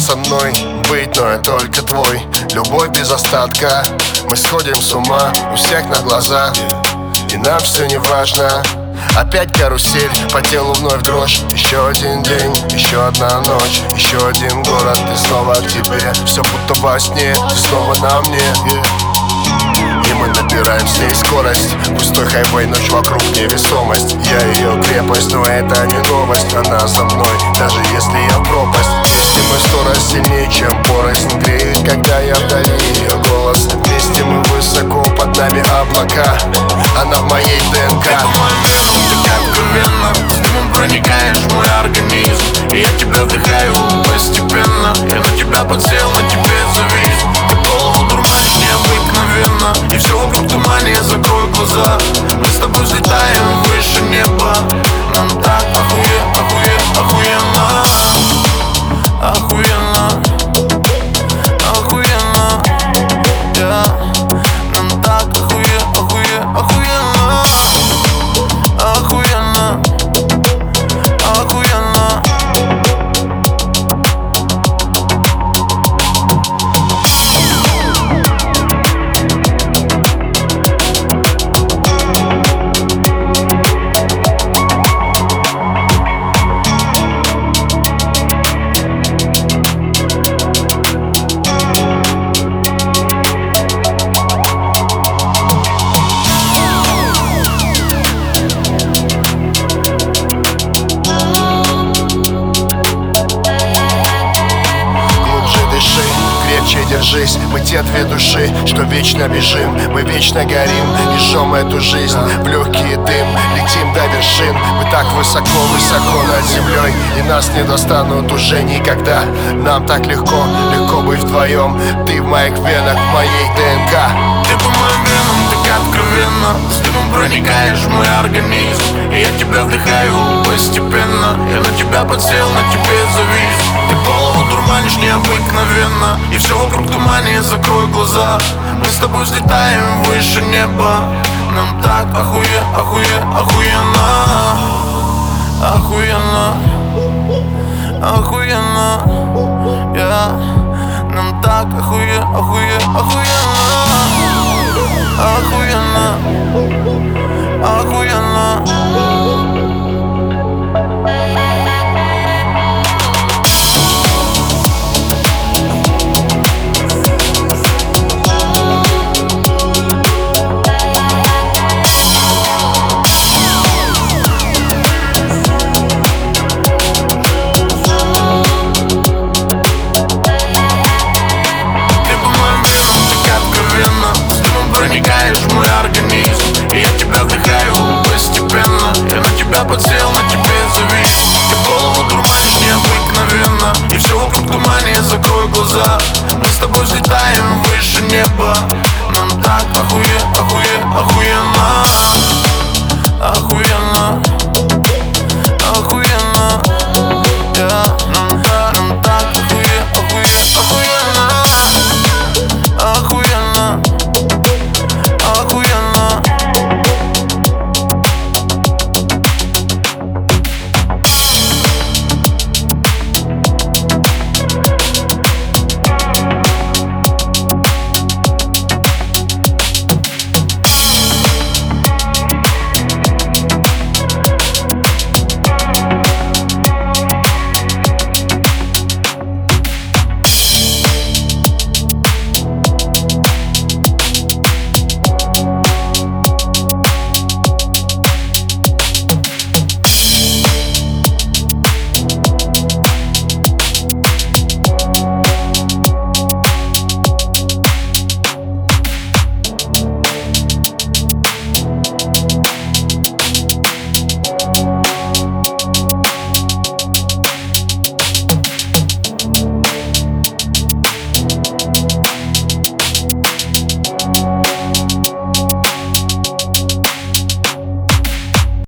со мной быть, но я только твой. Любовь без остатка, мы сходим с ума у всех на глазах, и нам все не важно. Опять карусель, по телу вновь дрожь. Еще один день, еще одна ночь, еще один город, и снова к тебе. Все будто во сне, ты снова на мне, И мы набираем с ней скорость. Пустой хайвей, ночь вокруг, невесомость. Я ее крепость, но это не новость. Она за мной, даже если я в пропасть. И мы скорость сильнее, чем порость. Греет, когда я вдали ее голос. Вместе мы высоко, под нами облака. Она в моей ДНК. Ты по моим венам, так откровенно. С дымом проникаешь в мой организм, и я тебя вдыхаю постепенно. Я на тебя подсел, на тебе завис. Ты голову дурманишь необыкновенно, и все вокруг тумане, закрой глаза. Мы с тобой взлетаем выше неба. Нам так охуенно, охуенно, yeah. Нам так охуенно, охуенно. Держись, мы те две души, что вечно бежим. Мы вечно горим и жжем эту жизнь в легкий дым. Летим до вершин, мы так высоко, высоко над землей, и нас не достанут уже никогда. Нам так легко, легко быть вдвоем. Ты в моих венах, в моей ДНК. Ты по моим венам, так откровенно. С дымом проникаешь в мой организм, и я тебя вдыхаю постепенно. Я на тебя подсел, на тебе завис. Ты голову дурманишь необыкновенно, и все вокруг тумане, закрой глаза. Мы с тобой взлетаем выше неба. Нам так охуенно, yeah. Нам так охуенно. Проникаешь в мой организм, и я тебя вдыхаю постепенно. Я на тебя подсел, на тебе завис. Ты голову дурманишь необыкновенно, и все вокруг тумане, закрой глаза. Мы с тобой взлетаем выше неба. Нам так охуенно.